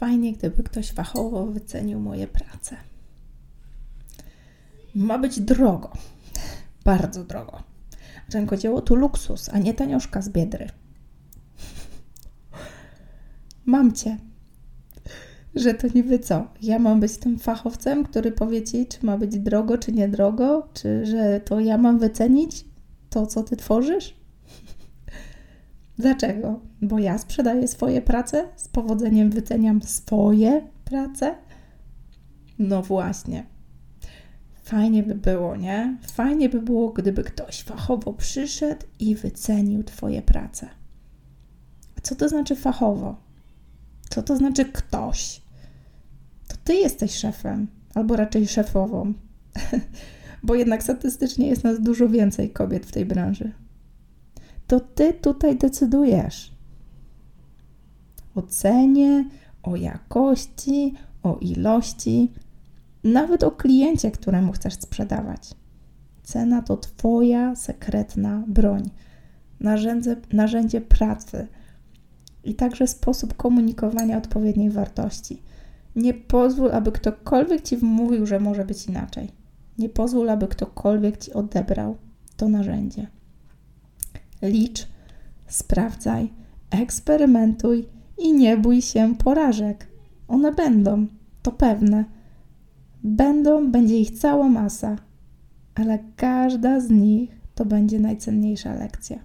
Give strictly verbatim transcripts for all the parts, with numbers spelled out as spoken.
Fajnie, gdyby ktoś fachowo wycenił moje prace. Ma być drogo. Bardzo drogo. Rękodzieło to luksus, a nie tanioszka z Biedry. Mam cię. Że to niby co? Ja mam być tym fachowcem, który powie ci, czy ma być drogo, czy nie drogo? Czy że to ja mam wycenić to, co ty tworzysz? Dlaczego? Bo ja sprzedaję swoje prace, z powodzeniem wyceniam swoje prace? No właśnie. Fajnie by było, nie? Fajnie by było, gdyby ktoś fachowo przyszedł i wycenił twoje prace. A co to znaczy fachowo? Co to znaczy ktoś? To ty jesteś szefem, albo raczej szefową. Bo jednak statystycznie jest nas dużo więcej kobiet w tej branży. To ty tutaj decydujesz o cenie, o jakości, o ilości, nawet o kliencie, któremu chcesz sprzedawać. Cena to twoja sekretna broń, narzędzie, narzędzie pracy i także sposób komunikowania odpowiedniej wartości. Nie pozwól, aby ktokolwiek ci wmówił, że może być inaczej. Nie pozwól, aby ktokolwiek ci odebrał to narzędzie. Licz, sprawdzaj, eksperymentuj i nie bój się porażek. One będą, to pewne. Będą, będzie ich cała masa, ale każda z nich to będzie najcenniejsza lekcja.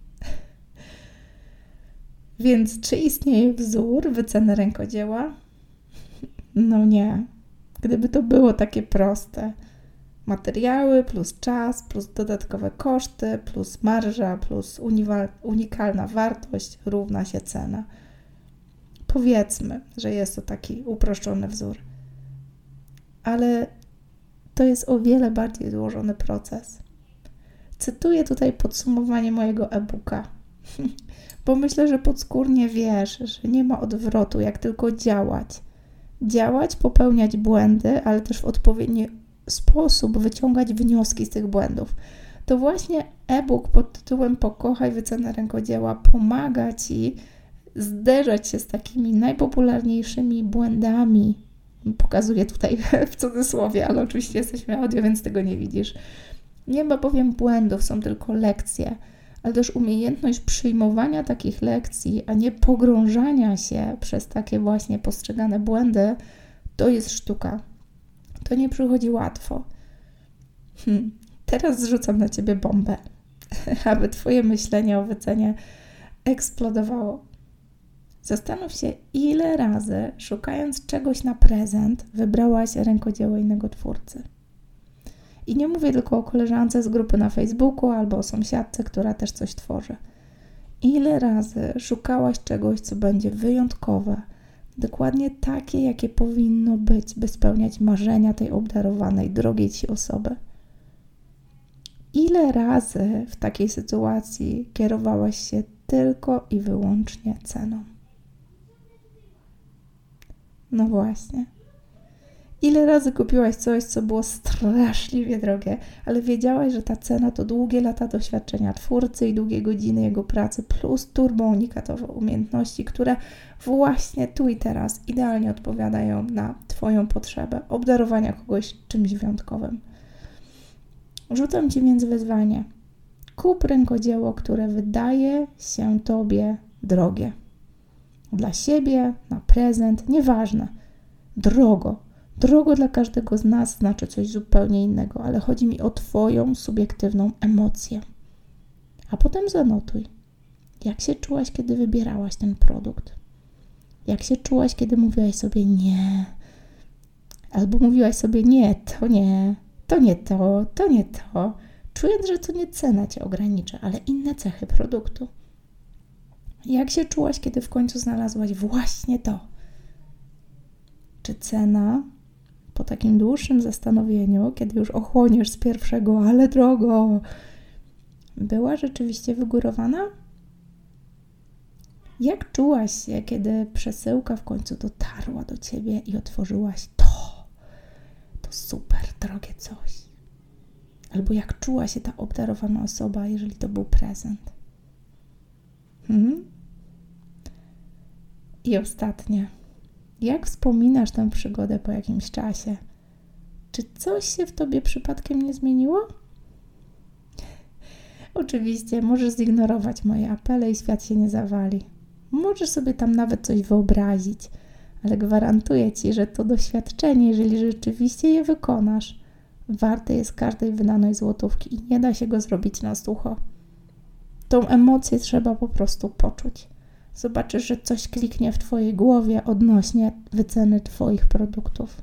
Więc czy istnieje wzór wyceny rękodzieła? No nie. Gdyby to było takie proste. Materiały plus czas, plus dodatkowe koszty, plus marża, plus uniwa- unikalna wartość równa się cena. Powiedzmy, że jest to taki uproszczony wzór. Ale to jest o wiele bardziej złożony proces. Cytuję tutaj podsumowanie mojego e-booka, bo myślę, że podskórnie wiesz, że nie ma odwrotu, jak tylko działać. Działać, popełniać błędy, ale też w odpowiedni sposób wyciągać wnioski z tych błędów. To właśnie e-book pod tytułem Pokochaj wycenę rękodzieła pomaga Ci zderzać się z takimi najpopularniejszymi błędami. Pokazuję tutaj w cudzysłowie, ale oczywiście jesteśmy audio, więc tego nie widzisz. Nie ma bowiem błędów, są tylko lekcje, ale też umiejętność przyjmowania takich lekcji, a nie pogrążania się przez takie właśnie postrzegane błędy, to jest sztuka. To nie przychodzi łatwo. Hm. Teraz zrzucam na Ciebie bombę, aby Twoje myślenie o wycenie eksplodowało. Zastanów się, ile razy, szukając czegoś na prezent, wybrałaś rękodzieło innego twórcy. I nie mówię tylko o koleżance z grupy na Facebooku albo o sąsiadce, która też coś tworzy. Ile razy szukałaś czegoś, co będzie wyjątkowe, dokładnie takie, jakie powinno być, by spełniać marzenia tej obdarowanej, drogiej Ci osoby. Ile razy w takiej sytuacji kierowałaś się tylko i wyłącznie ceną? No właśnie. Ile razy kupiłaś coś, co było straszliwie drogie, ale wiedziałaś, że ta cena to długie lata doświadczenia twórcy i długie godziny jego pracy plus turbo unikatowe umiejętności, które właśnie tu i teraz idealnie odpowiadają na Twoją potrzebę obdarowania kogoś czymś wyjątkowym. Rzucam Ci więc wyzwanie. Kup rękodzieło, które wydaje się Tobie drogie. Dla siebie, na prezent, nieważne. Drogo. Drogo dla każdego z nas znaczy coś zupełnie innego, ale chodzi mi o Twoją subiektywną emocję. A potem zanotuj, jak się czułaś, kiedy wybierałaś ten produkt? Jak się czułaś, kiedy mówiłaś sobie nie? Albo mówiłaś sobie nie, to nie, to nie to, to nie to, czując, że to nie cena Cię ogranicza, ale inne cechy produktu. Jak się czułaś, kiedy w końcu znalazłaś właśnie to? Czy cena po takim dłuższym zastanowieniu, kiedy już ochłoniesz z pierwszego, ale drogo, była rzeczywiście wygórowana? Jak czułaś się, kiedy przesyłka w końcu dotarła do Ciebie i otworzyłaś to? To super drogie coś. Albo jak czuła się ta obdarowana osoba, jeżeli to był prezent? Hmm? I ostatnie. Jak wspominasz tę przygodę po jakimś czasie? Czy coś się w tobie przypadkiem nie zmieniło? Oczywiście możesz zignorować moje apele i świat się nie zawali. Możesz sobie tam nawet coś wyobrazić, ale gwarantuję ci, że to doświadczenie, jeżeli rzeczywiście je wykonasz, warte jest każdej wydanej złotówki i nie da się go zrobić na sucho. Tą emocję trzeba po prostu poczuć. Zobaczysz, że coś kliknie w twojej głowie odnośnie wyceny twoich produktów.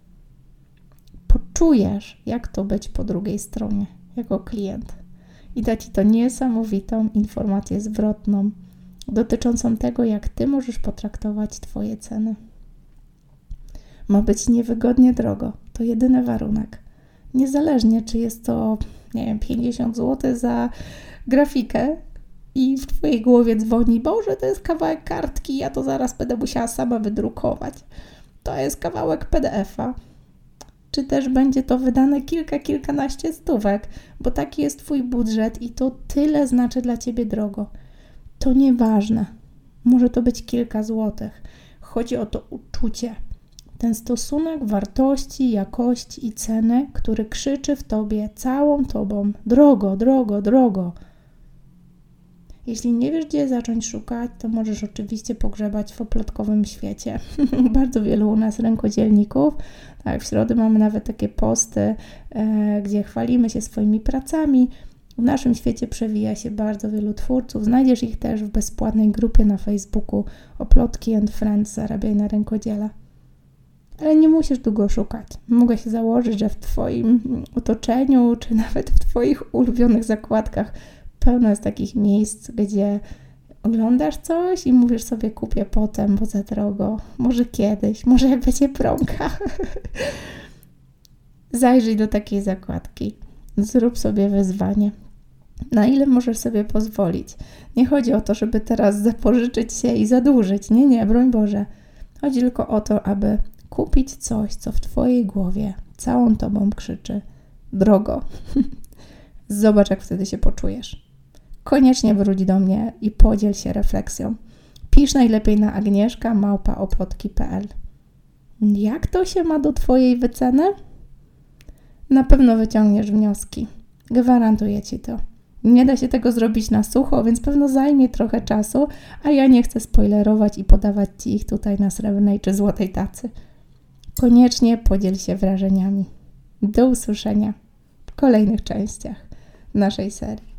Poczujesz, jak to być po drugiej stronie, jako klient. I da ci to niesamowitą informację zwrotną dotyczącą tego, jak ty możesz potraktować twoje ceny. Ma być niewygodnie drogo. To jedyny warunek. Niezależnie, czy jest to, nie wiem, pięćdziesiąt złotych za grafikę i w twojej głowie dzwoni: Boże, to jest kawałek kartki, ja to zaraz będę musiała sama wydrukować. To jest kawałek P D F-a. Czy też będzie to wydane kilka, kilkanaście stówek, bo taki jest twój budżet i to tyle znaczy dla ciebie drogo. To nieważne. Może to być kilka złotych. Chodzi o to uczucie. Ten stosunek wartości, jakości i ceny, który krzyczy w tobie całą tobą: drogo, drogo, drogo. Jeśli nie wiesz, gdzie zacząć szukać, to możesz oczywiście pogrzebać w oplotkowym świecie. Bardzo wielu u nas rękodzielników. Tak, w środę mamy nawet takie posty, e, gdzie chwalimy się swoimi pracami. W naszym świecie przewija się bardzo wielu twórców. Znajdziesz ich też w bezpłatnej grupie na Facebooku Oplotki and Friends, zarabiaj na rękodziele. Ale nie musisz długo szukać. Mogę się założyć, że w twoim otoczeniu, czy nawet w twoich ulubionych zakładkach pełno jest takich miejsc, gdzie oglądasz coś i mówisz sobie: kupię potem, bo za drogo. Może kiedyś, może jak będzie promka. Zajrzyj do takiej zakładki. Zrób sobie wyzwanie. Na ile możesz sobie pozwolić? Nie chodzi o to, żeby teraz zapożyczyć się i zadłużyć. Nie, nie, broń Boże. Chodzi tylko o to, aby kupić coś, co w twojej głowie całą tobą krzyczy: drogo. Zobacz, jak wtedy się poczujesz. Koniecznie wróć do mnie i podziel się refleksją. Pisz najlepiej na agnieszka małpa oplotki kropka p l. Jak to się ma do twojej wyceny? Na pewno wyciągniesz wnioski. Gwarantuję ci to. Nie da się tego zrobić na sucho, więc pewno zajmie trochę czasu, a ja nie chcę spoilerować i podawać ci ich tutaj na srebrnej czy złotej tacy. Koniecznie podziel się wrażeniami. Do usłyszenia w kolejnych częściach naszej serii.